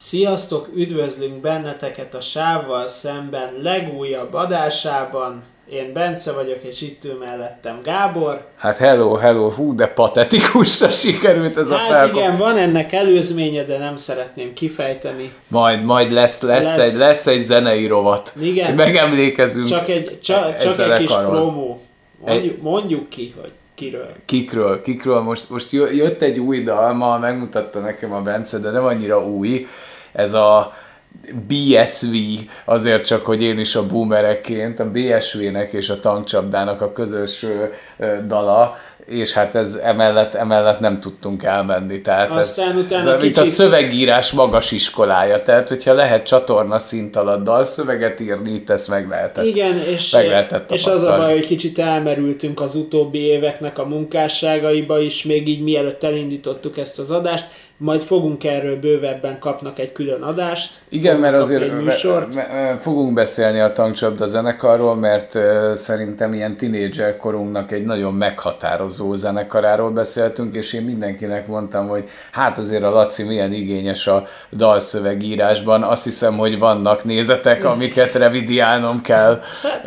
Sziasztok, üdvözlünk benneteket a Sávval szemben legújabb adásában. Én Bence vagyok, és itt ül mellettem Gábor. Hát hello, hú, de patetikusra sikerült ez a felkap. Hát igen, van ennek előzménye, de nem szeretném kifejteni. Majd lesz egy zenei rovat. Igen. Megemlékezünk. Csak egy kis promó. Mondjuk ki, hogy kiről. Kikről. Most jött egy új dal, ma megmutatta nekem a Bence, de nem annyira új. Ez a BSV, azért csak, hogy én is a boomereként, a BSV-nek és a tankcsapdának a közös dala, és hát ez emellett nem tudtunk elmenni. Tehát aztán ez mint a szövegírás magas iskolája, tehát hogyha lehet csatorna szint alatt dalszöveget írni, itt ezt meg lehetett. Igen, és az a baj, hogy kicsit elmerültünk az utóbbi éveknek a munkásságaiba is, még így mielőtt elindítottuk ezt az adást, majd fogunk erről bővebben, kapnak egy külön adást. Igen, mert azért fogunk beszélni a Tankcsapda zenekarról, mert szerintem ilyen tinédzser korunknak egy nagyon meghatározó zenekaráról beszéltünk, és én mindenkinek mondtam, hogy hát azért a Laci milyen igényes a dalszövegírásban. Azt hiszem, hogy vannak nézetek, amiket revidiálnom kell.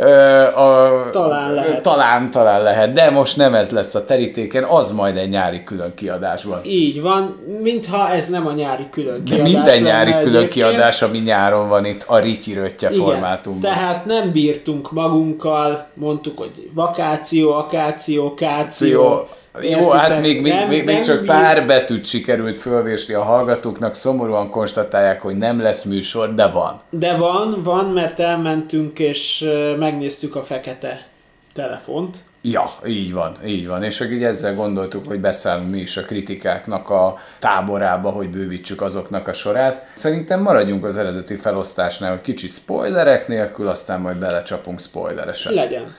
Talán lehet, de most nem ez lesz a terítéken, az majd egy nyári külön kiadásban. Így van, mintha ez nem a nyári külön kiadás. De minden nyári külön kiadás, ami nyáron van itt a Rityi-röttye formátumban. Tehát nem bírtunk magunkkal, mondtuk, hogy vakáció, akáció, káció. Jó, hát még csak pár betűt sikerült fölvésni a hallgatóknak, szomorúan konstatálják, hogy nem lesz műsor, de van. De van, mert elmentünk és megnéztük a fekete telefont. Ja, így van. És így ezzel gondoltuk, hogy beszállunk mi is a kritikáknak a táborába, hogy bővítsük azoknak a sorát. Szerintem maradjunk az eredeti felosztásnál, hogy kicsit spoilerek nélkül, aztán majd belecsapunk spoileresen. Legyen.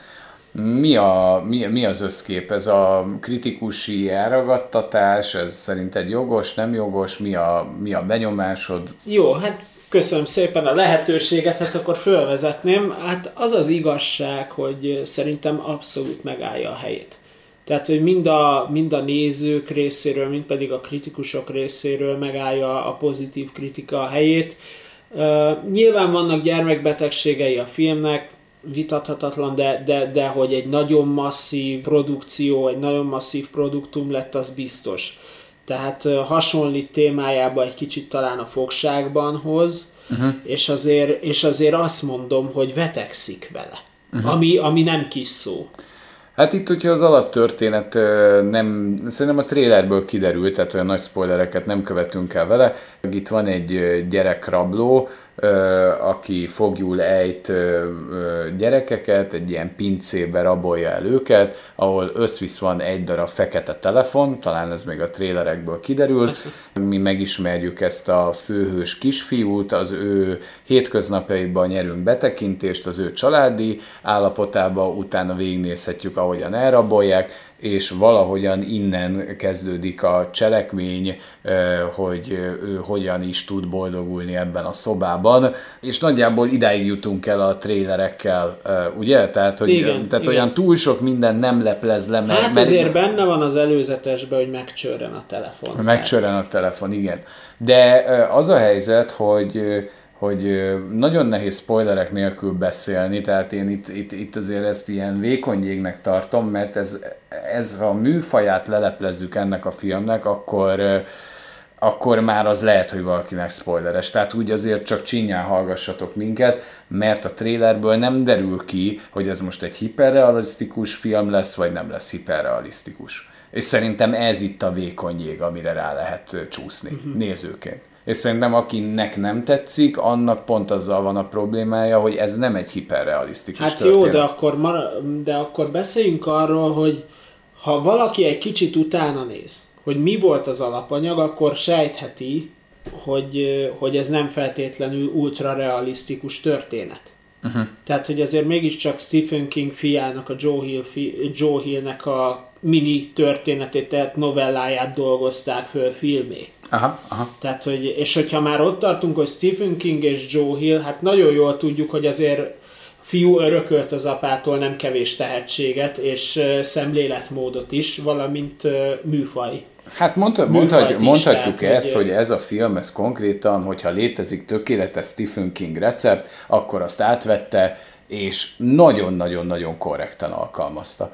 Mi az összkép? Ez a kritikusi elragadtatás, ez szerinted jogos, nem jogos? Mi a benyomásod? Jó, hát köszönöm szépen a lehetőséget, hát akkor fölvezetném. Hát az az igazság, hogy szerintem abszolút megállja a helyét. Tehát, hogy mind a nézők részéről, mind pedig a kritikusok részéről megállja a pozitív kritika a helyét. Nyilván vannak gyermekbetegségei a filmnek, vitathatatlan, de hogy egy nagyon masszív produkció, egy nagyon masszív produktum lett, az biztos. Tehát hasonlít témájába egy kicsit talán a Fogságban hoz, és azért azt mondom, hogy vetekszik vele, ami nem kis szó. Hát itt, hogyha az alaptörténet szerintem a trailerből kiderült, tehát olyan nagy spoilereket nem követünk el vele. Itt van egy gyerekrabló, aki fogjul ejt gyerekeket, egy ilyen pincébe rabolja el őket, ahol összvisz van egy darab fekete telefon, talán ez még a trailerekből kiderül. Mi megismerjük ezt a főhős kisfiút, az ő hétköznapjaiban nyerünk betekintést, az ő családi állapotába, utána végignézhetjük, ahogyan elrabolják, és valahogyan innen kezdődik a cselekmény, hogy ő hogyan is tud boldogulni ebben a szobában, és nagyjából idáig jutunk el a trailerekkel, ugye? Tehát, hogy, igen. Olyan túl sok minden nem leplez le. Hát azért benne van az előzetesben, hogy megcsörren a telefon. Megcsörren a telefon, igen. De az a helyzet, hogy nagyon nehéz spoilerek nélkül beszélni, tehát én itt azért ezt ilyen vékony jégnek tartom, mert ez a műfaját leleplezzük ennek a filmnek, akkor már az lehet, hogy valakinek spoileres. Tehát úgy azért csak csinyán hallgassatok minket, mert a trailerből nem derül ki, hogy ez most egy hiperrealisztikus film lesz, vagy nem lesz hiperrealisztikus. És szerintem ez itt a vékony jég, amire rá lehet csúszni nézőként. És szerintem akinek nem tetszik, annak pont azzal van a problémája, hogy ez nem egy hiperrealisztikus történet. Jó, de akkor beszéljünk arról, hogy ha valaki egy kicsit utána néz, hogy mi volt az alapanyag, akkor sejtheti, hogy ez nem feltétlenül ultrarealisztikus történet. Tehát, hogy azért mégiscsak Stephen King fiának, a Joe Hillnek a mini történetét, tehát novelláját dolgozták föl filmé. Aha. Tehát, és hogyha már ott tartunk, hogy Stephen King és Joe Hill, hát nagyon jól tudjuk, hogy azért fiú örökölt az apától nem kevés tehetséget és szemléletmódot is, valamint műfaj Hát mondhatjuk ezt, hogy ez a film, ez konkrétan, hogyha létezik tökéletes Stephen King recept, akkor azt átvette, és nagyon-nagyon-nagyon korrektan alkalmazta.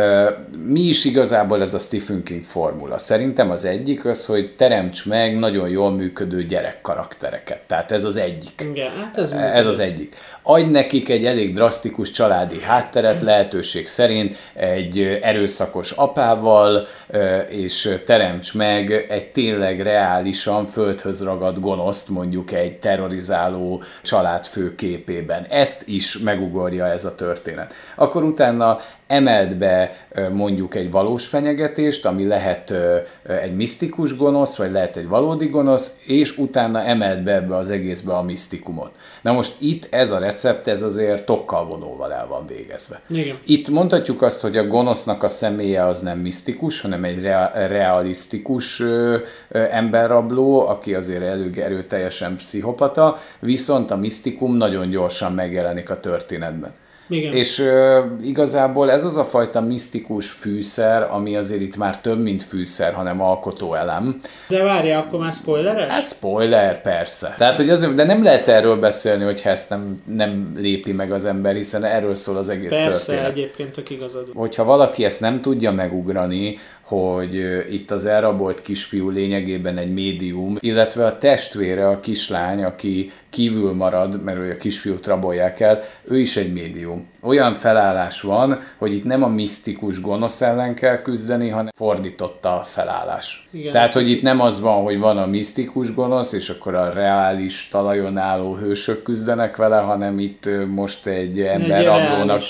Mi is igazából ez a Stephen King formula? Szerintem az egyik az, hogy teremts meg nagyon jól működő gyerekkaraktereket. Tehát ez az egyik. Igen, hát ez az egyik. Adj nekik egy elég drasztikus családi hátteret, lehetőség szerint egy erőszakos apával, és teremts meg egy tényleg reálisan földhöz ragadt gonoszt, mondjuk egy terrorizáló családfő képében. Ezt is megugorja ez a történet. Akkor utána emeld be mondjuk egy valós fenyegetést, ami lehet egy misztikus gonosz, vagy lehet egy valódi gonosz, és utána emeld be ebbe az egészbe a misztikumot. Na most itt ez a recept, ez azért tokkal vonóval el van végezve. Igen. Itt mondhatjuk azt, hogy a gonosznak a személye az nem misztikus, hanem egy realisztikus emberrabló, aki azért elég erőteljesen pszichopata, viszont a misztikum nagyon gyorsan megjelenik a történetben. Igen. És igazából ez az a fajta misztikus fűszer, ami azért itt már több, mint fűszer, hanem alkotóelem. De várjál, akkor már spoileres? Hát spoiler, persze. Tehát, hogy azért, de nem lehet erről beszélni, hogy ezt nem lépi meg az ember, hiszen erről szól az egész történet. Persze, egyébként tök igazad. Hogyha valaki ezt nem tudja megugrani, hogy itt az elrabolt kisfiú lényegében egy médium, illetve a testvére, a kislány, aki kívül marad, mert a kisfiút rabolják el, ő is egy médium. Olyan felállás van, hogy itt nem a misztikus gonosz ellen kell küzdeni, hanem fordított a felállás. Igen, tehát, hogy itt nem az van, hogy van a misztikus gonosz, és akkor a reális talajon álló hősök küzdenek vele, hanem itt most egy emberrablónak...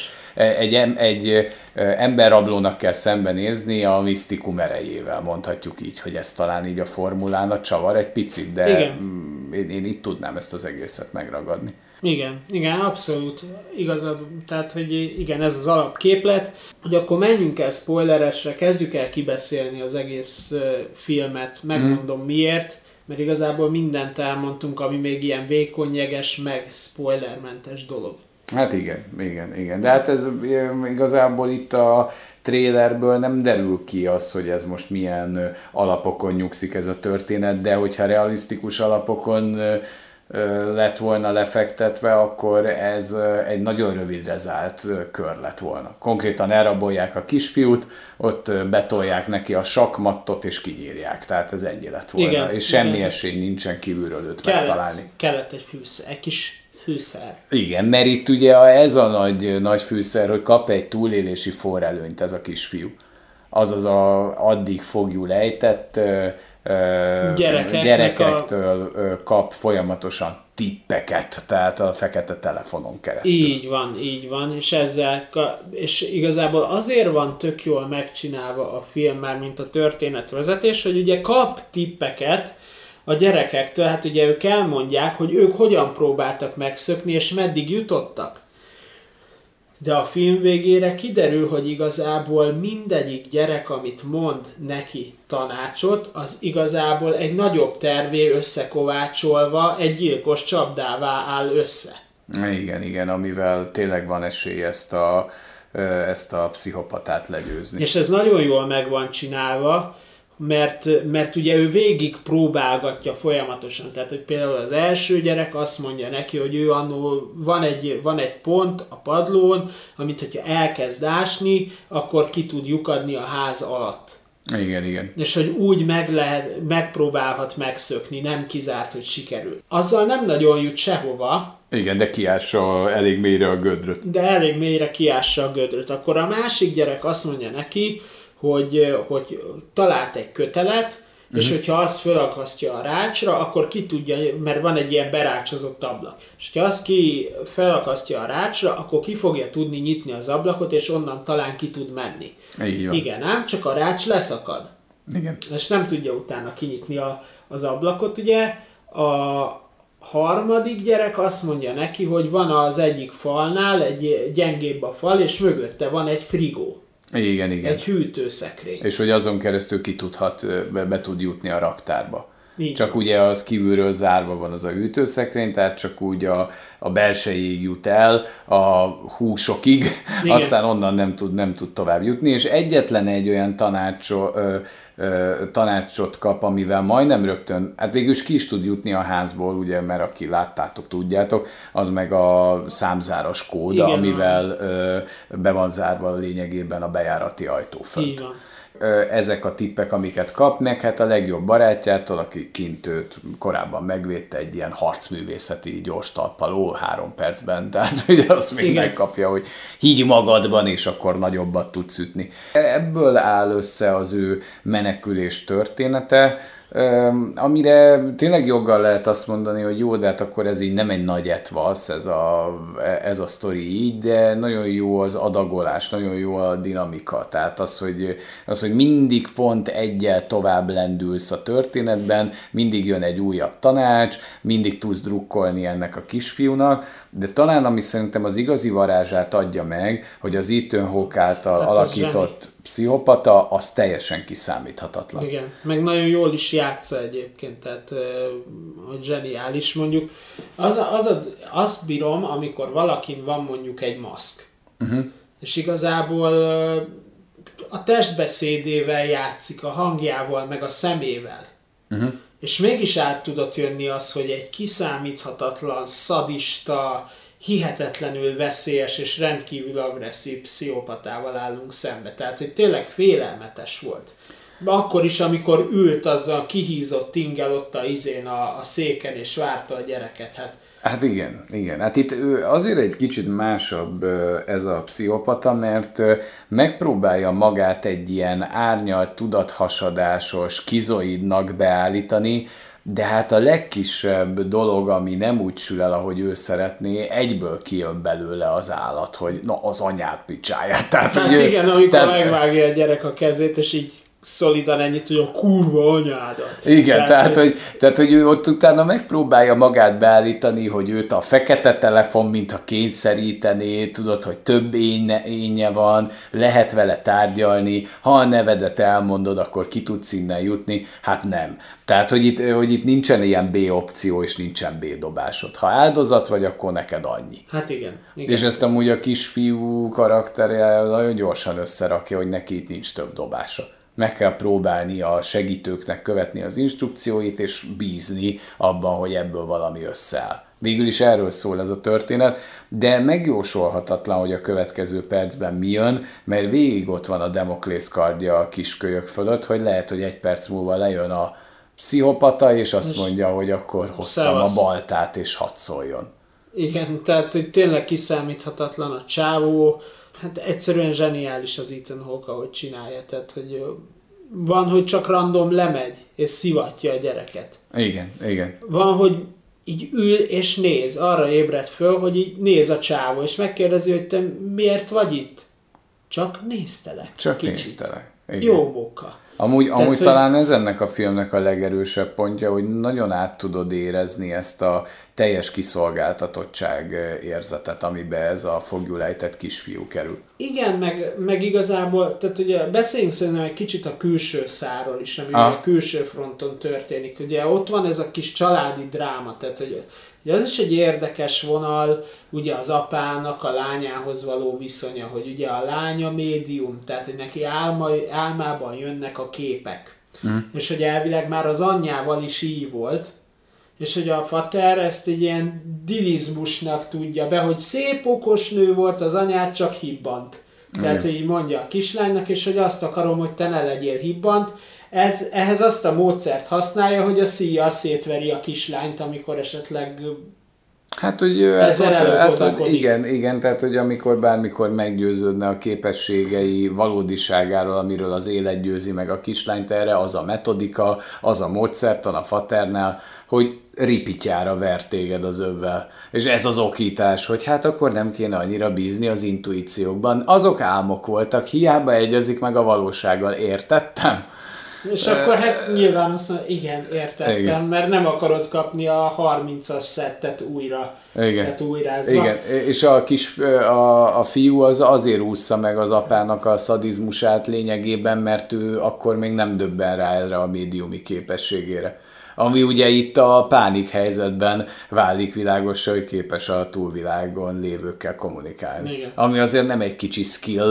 Egy emberrablónak kell szembenézni a misztikum erejével, mondhatjuk így, hogy ez talán így a formulának csavar egy picit, de én itt tudnám ezt az egészet megragadni. Igen, abszolút igazad, tehát, hogy igen, ez az alapképlet, hogy akkor menjünk el spoileresre, kezdjük el kibeszélni az egész filmet, megmondom miért, mert igazából mindent elmondtunk, ami még ilyen vékonyjeges, meg spoilermentes dolog. Hát igen. De hát ez igazából itt a trailerből nem derül ki az, hogy ez most milyen alapokon nyugszik ez a történet, de hogyha realisztikus alapokon lett volna lefektetve, akkor ez egy nagyon rövidre zárt kör lett volna. Konkrétan elrabolják a kisfiút, ott betolják neki a sakkmattot és kinyírják. Tehát ez ennyi lett volna. Igen, és semmi esély nincsen kívülről őt megtalálni. Kellett egy fűszer, egy kis fűszer. Igen, mert itt ugye ez a nagy fűszer, hogy kap egy túlélési forrelőnyt ez a kisfiú. Azaz addig fogjul ejtett gyerekektől kap folyamatosan tippeket, tehát a fekete telefonon keresztül. Így van, és igazából azért van tök jól megcsinálva a film már, mint a történetvezetés, hogy ugye kap tippeket a gyerekektől, hát ugye ők elmondják, hogy ők hogyan próbáltak megszökni, és meddig jutottak. De a film végére kiderül, hogy igazából mindegyik gyerek, amit mond neki tanácsot, az igazából egy nagyobb tervé összekovácsolva egy gyilkos csapdává áll össze. Igen, amivel tényleg van esély ezt a pszichopatát legyőzni. És ez nagyon jól meg van csinálva, mert ugye ő végig próbálgatja folyamatosan. Tehát, hogy például az első gyerek azt mondja neki, hogy ő annól van egy pont a padlón, amit hogyha elkezd ásni, akkor ki tud lyukadni a ház alatt. Igen. És hogy úgy megpróbálhat megszökni, nem kizárt, hogy sikerül. Azzal nem nagyon jut sehova. Igen, de kiássa elég mélyre a gödröt. De elég mélyre kiássa a gödröt. Akkor a másik gyerek azt mondja neki, hogy talált egy kötelet, és hogyha azt felakasztja a rácsra, akkor ki tudja, mert van egy ilyen berácsozott ablak. És ha azt felakasztja a rácsra, akkor ki fogja tudni nyitni az ablakot, és onnan talán ki tud menni. Így van. Igen, ám csak a rács leszakad. Igen. És nem tudja utána kinyitni az ablakot, ugye. A harmadik gyerek azt mondja neki, hogy van az egyik falnál, egy gyengébb a fal, és mögötte van egy frigó. Igen. Egy hűtőszekrény. És hogy azon keresztül be tud jutni a raktárba. Így. Csak ugye az kívülről zárva van az a hűtőszekrény, tehát csak úgy a belsejéig jut el, a húsokig, aztán onnan nem tud tovább jutni, és egyetlen egy olyan tanácsot kap, amivel majdnem rögtön, hát végül is ki is tud jutni a házból, ugye, mert aki láttátok, tudjátok, az meg a számzáros kód, igen, amivel be van zárva lényegében a bejárati ajtó fönt. Ezek a tippek, amiket kap, meg hát a legjobb barátjától, aki kint őt korábban megvédte, egy ilyen harcművészeti gyors talpaló 3 percben, tehát ugye azt még megkapja, hogy higgy magadban, és akkor nagyobbat tudsz ütni. Ebből áll össze az ő menekülés története, amire tényleg joggal lehet azt mondani, hogy jó, de hát akkor ez így nem egy nagy etvasz, ez a sztori így, de nagyon jó az adagolás, nagyon jó a dinamika, tehát az, hogy mindig pont egyel tovább lendülsz a történetben, mindig jön egy újabb tanács, mindig tudsz drukkolni ennek a kisfiúnak, de talán ami szerintem az igazi varázsát adja meg, hogy az Ethan Hawke által alakított pszichopata, az teljesen kiszámíthatatlan. Igen, meg nagyon jól is játsza egyébként, tehát hogy zseniális mondjuk. Azt bírom, amikor valakin van mondjuk egy maszk, és igazából a testbeszédével játszik, a hangjával, meg a szemével. És mégis át tudott jönni az, hogy egy kiszámíthatatlan, szadista, hihetetlenül veszélyes és rendkívül agresszív pszichopatával állunk szembe. Tehát, hogy tényleg félelmetes volt. Akkor is, amikor ült azzal kihízott ingel ott a széken és várta a gyereket. Hát igen. Hát itt azért egy kicsit másabb ez a pszichopata, mert megpróbálja magát egy ilyen árnyalt, tudathasadásos, skizoidnak beállítani, de hát a legkisebb dolog, ami nem úgy sül el, ahogy ő szeretné, egyből kijön belőle az állat, hogy na az anyád picsáját. Tehát, hát igen, amikor megvágja a gyerek a kezét, és így szolidan ennyit, hogy a kurva anyádat. Igen, tehát, hogy ő ott utána megpróbálja magát beállítani, hogy őt a fekete telefon, mintha kényszerítené, tudod, hogy több énje van, lehet vele tárgyalni, ha a nevedet elmondod, akkor ki tudsz innen jutni, hát nem. Tehát, hogy itt nincsen ilyen B opció, és nincsen B dobásod. Ha áldozat vagy, akkor neked annyi. Hát igen. És ezt amúgy a kisfiú karakterje nagyon gyorsan összerakja, hogy neki itt nincs több dobása. Meg kell próbálni a segítőknek követni az instrukcióit, és bízni abban, hogy ebből valami összeáll. Végül is erről szól ez a történet, de megjósolhatatlan, hogy a következő percben mi jön, mert végig ott van a Damoklész kardja a kiskölyök fölött, hogy lehet, hogy 1 perc múlva lejön a pszichopata, és azt mondja, hogy akkor hoztam a baltát, és hadd szóljon. Igen, tehát hogy tényleg kiszámíthatatlan a csávó, hát egyszerűen zseniális az Ethan Hawke, ahogy csinálja, tehát hogy van, hogy csak random lemegy, és szivatja a gyereket. Igen. Van, hogy így ül és néz, arra ébred föl, hogy így néz a csávó, és megkérdezi, hogy te miért vagy itt? Csak néztelek. Néztelek. Igen. Jó móka. Amúgy talán ez ennek a filmnek a legerősebb pontja, hogy nagyon át tudod érezni ezt a teljes kiszolgáltatottság érzetet, amiben ez a fogjulejtett kisfiú kerül. Igen, meg igazából, tehát ugye beszéljünk szerintem egy kicsit a külső száról is, ami a külső fronton történik. Ugye ott van ez a kis családi dráma, tehát hogy ugye az is egy érdekes vonal, ugye az apának a lányához való viszonya, hogy ugye a lánya médium, tehát hogy neki álmában jönnek a képek. És hogy elvileg már az anyjával is így volt, és hogy a fater ezt egy ilyen divizmusnak tudja be, hogy szép okos nő volt, az anyát csak hibbant. Tehát, hogy így mondja a kislánynak, és hogy azt akarom, hogy te ne legyél hibbant. Ehhez azt a módszert használja, hogy a szíjjal szétveri a kislányt, amikor esetleg hát, hogy igen, tehát, hogy amikor bármikor meggyőződne a képességei valódiságáról, amiről az élet győzi meg a kislányt, erre az a metodika, az a módszertan a faternál, hogy ripityára ver téged az övvel. És ez az okítás, hogy hát akkor nem kéne annyira bízni az intuíciókban. Azok álmok voltak, hiába egyezik meg a valósággal. Értettem? És akkor hát nyilván azt mondja, igen, értettem, mert nem akarod kapni a 30-as szettet újra. Igen. Tehát újrázva. Igen, és a fiú az azért ússza meg az apának a szadizmusát lényegében, mert ő akkor még nem döbben rá erre a médiumi képességére. Ami ugye itt a pánik helyzetben válik világossá, hogy képes a túlvilágon lévőkkel kommunikálni. Igen. Ami azért nem egy kicsi skill,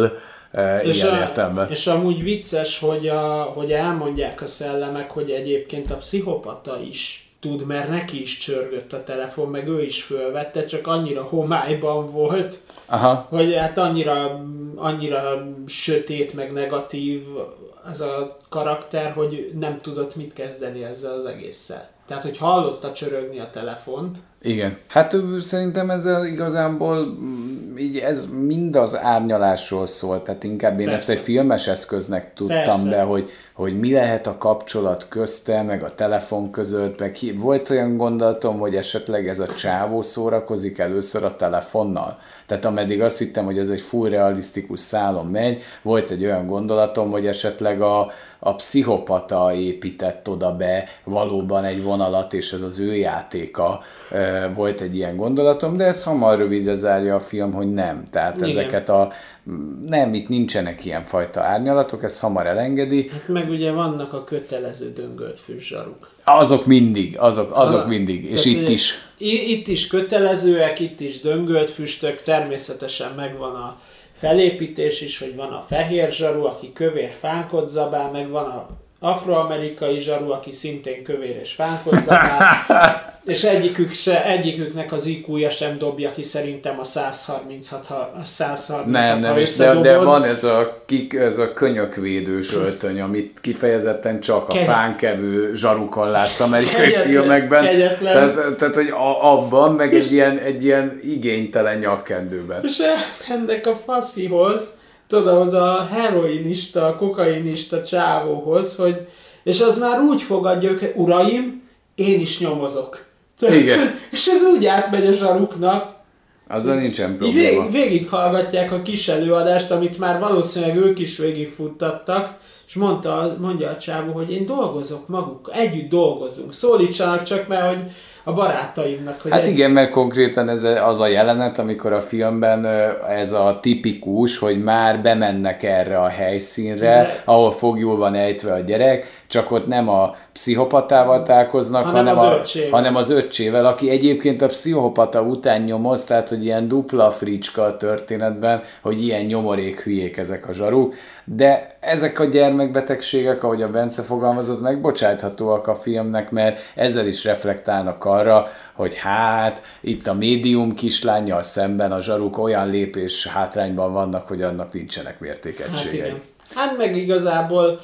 ilyen értelemben. És amúgy vicces, hogy elmondják a szellemek, hogy egyébként a pszichopata is tud, mert neki is csörgött a telefon, meg ő is fölvette, csak annyira homályban volt, Aha. hogy hát annyira sötét, meg negatív ez a karakter, hogy nem tudott mit kezdeni ezzel az egésszel. Tehát, hogy hallotta csörögni a telefont. Igen. Hát szerintem ezzel igazából így ez mind az árnyalásról szól, tehát inkább én Persze. ezt egy filmes eszköznek tudtam Persze. be, hogy mi lehet a kapcsolat közte, meg a telefon között, meg volt olyan gondolatom, hogy esetleg ez a csávó szórakozik először a telefonnal. Tehát ameddig azt hittem, hogy ez egy full realisztikus szálon megy, volt egy olyan gondolatom, hogy esetleg a pszichopata épített oda be valóban egy vonalat, és ez az ő játéka. Volt egy ilyen gondolatom, de ez hamar rövidre zárja a film, hogy nem. Tehát igen. ezeket nem, itt nincsenek ilyenfajta árnyalatok, ez hamar elengedi. Hát meg ugye vannak a kötelező döngölt fűzsaruk. Azok mindig, azok mindig, és itt is. Itt is kötelezőek, itt is döngölt füstök, természetesen megvan a felépítés is, hogy van a fehér zsaru, aki kövér fánkot zabál, meg van a afroamerikai zsaru, aki szintén kövér és fánkot zabál, és egyiküknek az IQ-ja sem dobja ki szerintem a 136 Nem, ha de van ez a könyökvédős öltöny, amit kifejezetten csak a fánkevő zsarukon látsz amerikai filmekben. Tehát, hogy abban, meg egy ilyen igénytelen nyakkendőben. És elmennek a faszihoz, tudod, az a heroinista, a kokainista csávóhoz, és az már úgy fogadja őket, uraim, én is nyomozok. Igen. És ez úgy átmegy a zsaruknak. Azzal nincsen probléma. Végighallgatják a kis előadást, amit már valószínűleg ők is végigfuttattak, és mondja a csávó, hogy én dolgozok magukkal, együtt dolgozunk, szólítsanak csak, mert hogy a barátaimnak. Hogy hát igen, mert konkrétan ez az a jelenet, amikor a filmben ez a tipikus, hogy már bemennek erre a helyszínre, ahol fogjul van ejtve a gyerek, csak ott nem a pszichopatával találkoznak, hanem az öccsével, aki egyébként a pszichopata után nyomoz, tehát hogy ilyen dupla fricska a történetben, hogy ilyen nyomorék hülyék ezek a zsaruk, de ezek a gyermekbetegségek, ahogy a Bence fogalmazott, megbocsáthatóak a filmnek, mert ezzel is reflektálnak arra, hogy hát itt a médium kislánnyal szemben a zsaruk olyan lépés hátrányban vannak, hogy annak nincsenek mértékegységei. Hát igen. Hát meg igazából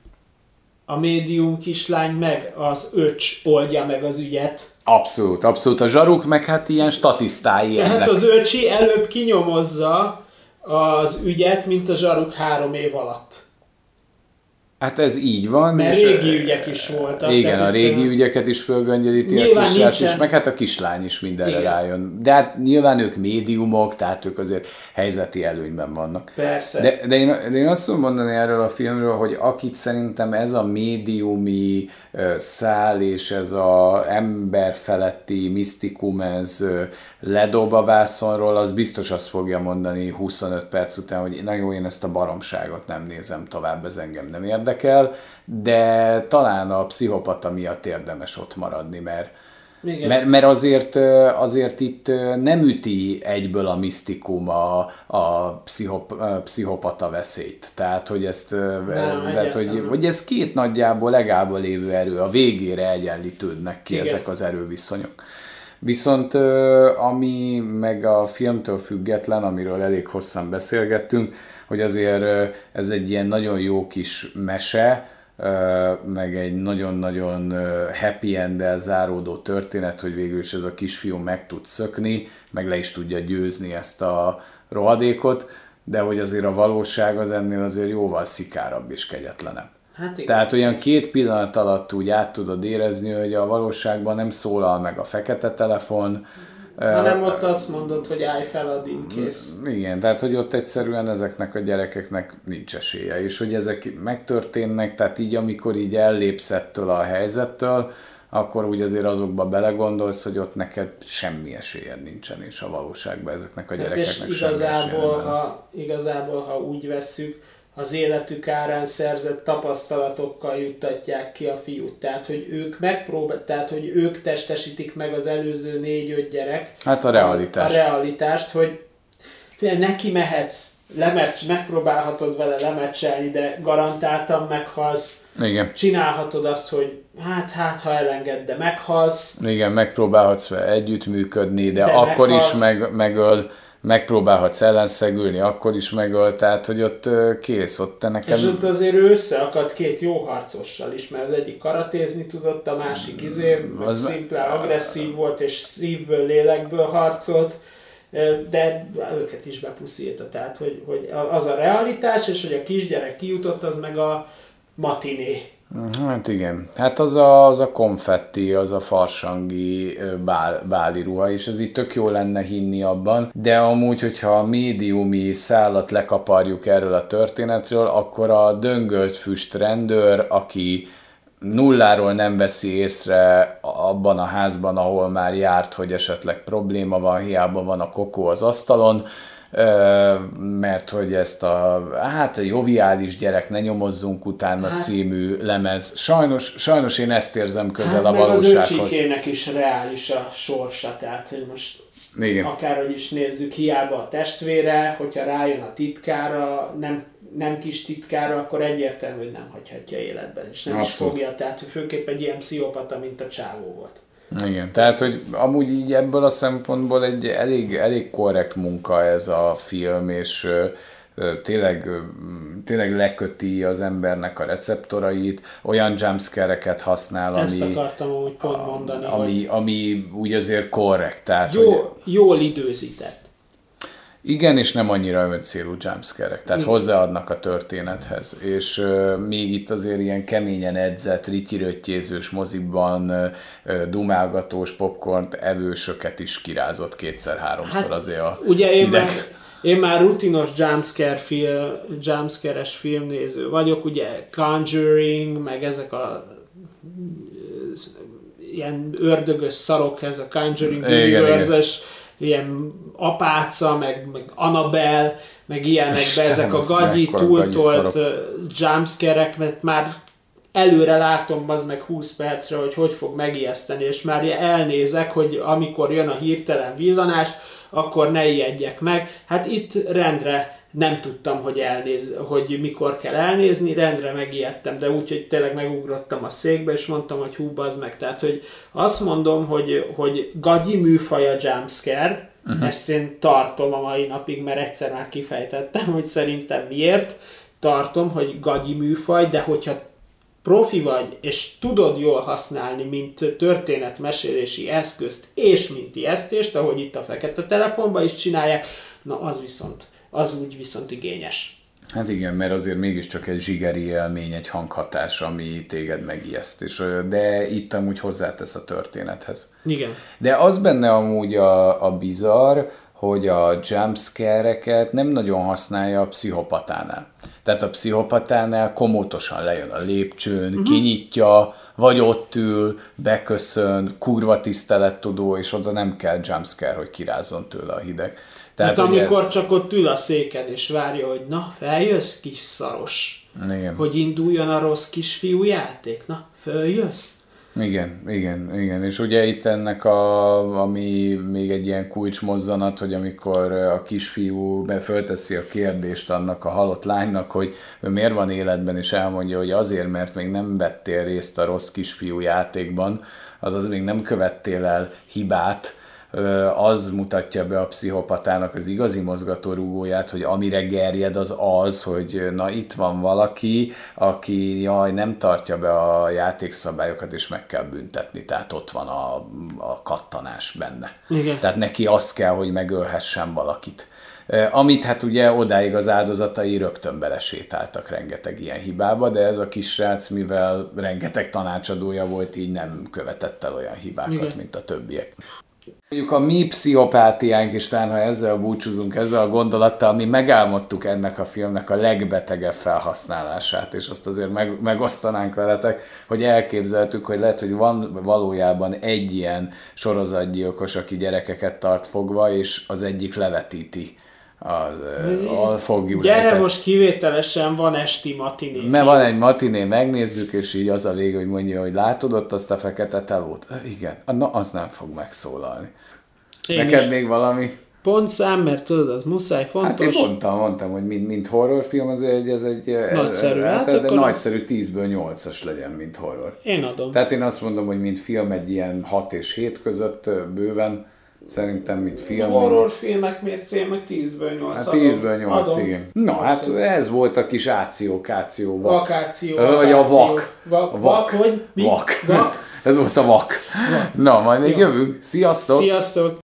a médium kislány meg az öcs oldja meg az ügyet. Abszolút. A zsaruk meg hát ilyen statisztái ennek. Tehát az öcsi előbb kinyomozza az ügyet, mint a zsaruk 3 év alatt. Hát ez így van. Mert régi ügyek is voltak. Igen, a régi ügyeket is fölgöngyölíti a kislány is, meg hát a kislány is mindenre rájön. De hát nyilván ők médiumok, tehát ők azért helyzeti előnyben vannak. Persze. De én azt tudom mondani erről a filmről, hogy akit szerintem ez a médiumi szál és ez az emberfeletti misztikum, ez ledob a vászonról, az biztos azt fogja mondani 25 perc után, hogy na jó, én ezt a baromságot nem nézem tovább, ez engem nem érdekel, de talán a pszichopata miatt érdemes ott maradni, mert azért itt nem üti egyből a misztikum a pszichopata veszélyt. Tehát, hogy hogy ez két nagyjából legából lévő erő, a végére egyenlítődnek ki ezek az erőviszonyok. Viszont ami meg a filmtől független, amiről elég hosszan beszélgettünk, hogy azért ez egy ilyen nagyon jó kis mese, meg egy nagyon-nagyon happy end-el záródó történet, hogy végül is ez a kisfiú meg tud szökni, meg le is tudja győzni ezt a rohadékot, de hogy azért a valóság az ennél azért jóval szikárabb és kegyetlenebb. Hát tehát olyan 2 pillanat alatt úgy át tudod érezni, hogy a valóságban nem szólal meg a fekete telefon, hanem ott azt mondod, hogy állj fel, addig kész. Igen, tehát hogy ott egyszerűen ezeknek a gyerekeknek nincs esélye, és hogy ezek megtörténnek, tehát így amikor így ellépsz ettől a helyzettől, akkor úgy azért azokba belegondolsz, hogy ott neked semmi esélyed nincsen, és a valóságban ezeknek a gyerekeknek és semmi igazából, ha úgy vesszük, az életük árán szerzett tapasztalatokkal juttatják ki a fiút. Tehát, hogy ők testesítik meg az előző 4-5 gyerek. Hát a realitást. A realitást, hogy neki mehetsz megpróbálhatod vele lemecselni, de garantáltan meghalsz. Igen. Csinálhatod azt, hogy hát ha elenged, de meghalsz. Igen, megpróbálhatsz vele együttműködni, de akkor meghalsz. Is megöl, megpróbálhatsz ellenszegülni, akkor is megöl, tehát hogy ott kész, ott te nekem... És ott azért ő összeakadt két jó harcossal is, mert az egyik karatézni tudott, a másik szimplán agresszív volt, és szívből, lélekből harcolt, de őket is bepuszítta, tehát hogy az a realitás, és hogy a kisgyerek kijutott, az meg a matiné. Hát igen, hát az a konfetti, az a farsangi báli ruha, és ez itt tök jó lenne hinni abban, de amúgy, hogyha a médiumi szállat lekaparjuk erről a történetről, akkor a döngölt füst rendőr, aki nulláról nem veszi észre abban a házban, ahol már járt, hogy esetleg probléma van, hiába van a kokó az asztalon, mert hogy ezt a joviális gyerek, ne nyomozzunk utána című lemez. Sajnos én ezt érzem közel a valósághoz. Az ő Csikének is reális a sorsa, tehát hogy most igen. Akárhogy is nézzük, hiába a testvére, hogyha rájön a titkára, nem kis titkára, akkor egyértelmű, hogy nem hagyhatja életben, és nem is fogja, tehát főképp egy ilyen pszichopata, mint a csávó volt. Igen, tehát hogy amúgy így ebből a szempontból egy elég korrekt munka ez a film, és tényleg leköti az embernek a receptorait, olyan jumpscare-eket használ, ezt akartam úgy pont mondani, ami úgy azért korrekt. Tehát, jól időzített. Igen, és nem annyira öncélú jumpscare-ek, tehát hozzáadnak a történethez, és még itt azért ilyen keményen edzett, rityiröttyézős moziban dumálgatós popcornt evősöket is kirázott kétszer-háromszor azért a ugye én már rutinos jumpscare-es filmnéző vagyok, ugye Conjuring, meg ezek a ilyen ördögös szarok, ez a Conjuring Universe-es, ilyen apáca, meg Annabelle, meg ilyenekbe, ezek a gagyi, túltolt jumpscare-ek, mert már előre látom az meg 20 percre, hogy fog megijeszteni, és már elnézek, hogy amikor jön a hirtelen villanás, akkor ne ijedjek meg. Hát itt rendre nem tudtam, hogy mikor kell elnézni, rendre megijedtem, de úgy, hogy tényleg megugrottam a székbe, és mondtam, hogy hú, bazd meg. Tehát, hogy azt mondom, hogy gagyi műfaj a jumpscare, ezt én tartom a mai napig, mert egyszer már kifejtettem, hogy szerintem miért. Tartom, hogy gagyi műfaj, de hogyha profi vagy, és tudod jól használni, mint történetmesélési eszközt, és mint ijesztést, ahogy itt a fekete telefonban is csinálják, na az úgy viszont igényes. Hát igen, mert azért mégiscsak egy zsigeri élmény, egy hanghatás, ami téged megijeszt, de itt amúgy hozzátesz a történethez. Igen. De az benne amúgy a bizarr, hogy a jumpscare-eket nem nagyon használja a pszichopatánál. Tehát a pszichopatánál komótosan lejön a lépcsőn, kinyitja, vagy ott ül, beköszön, kurva tisztelettudó, és oda nem kell jumpscare, hogy kirázzon tőle a hideg. Tehát amikor csak ott ül a széken, és várja, hogy na, feljössz, kis szaros. Igen. Hogy induljon a rossz kisfiú játék. Na, följössz? Igen. És ugye itt ennek ami még egy ilyen kulcsmozzanat, hogy amikor a kisfiú fölteszi a kérdést annak a halott lánynak, hogy ő miért van életben, és elmondja, hogy azért, mert még nem vettél részt a rossz kisfiú játékban, azaz még nem követtél el hibát, az mutatja be a pszichopatának az igazi mozgatórugóját, hogy amire gerjed az, hogy na itt van valaki, aki nem tartja be a játékszabályokat, és meg kell büntetni, tehát ott van a kattanás benne. Igen. Tehát neki az kell, hogy megölhessen valakit. Amit hát ugye odáig az áldozatai rögtön belesétáltak rengeteg ilyen hibába, de ez a kisrác, mivel rengeteg tanácsadója volt, így nem követett el olyan hibákat, igen, mint a többiek. Mondjuk a mi pszichopátiánk is, talán ha ezzel búcsúzunk, ezzel a gondolattal, mi megálmodtuk ennek a filmnek a legbetegebb felhasználását, és azt azért megosztanánk veletek, hogy elképzeltük, hogy lehet, hogy van valójában egy ilyen sorozatgyilkos, aki gyerekeket tart fogva, és az egyik levetíti a foglyúját. Gyere, most kivételesen van esti matiné. Mert van egy matiné, megnézzük, és így az a vége, hogy mondja, hogy látod ott azt a fekete telót? Igen. Na, az nem fog megszólalni. Neked még valami? pontszám, mert tudod, az muszáj, fontos. Hát én mondtam, hogy mint horrorfilm azért ez egy nagyszerű, de nagyszerű 10-ből 8-as legyen, mint horror. Én adom. Tehát én azt mondom, hogy mint film egy ilyen 6 és 7 között bőven, szerintem, mint film. Horrorfilmek mércén meg 10-ből 8. Hát 10-ből 8, igen. Na, hát ez volt a kis áció, vakáció. Vagy a vak. Vak, hogy? Mi? Vak. Ez volt a vak. Na, majd még jövünk. Sziasztok! Sziasztok!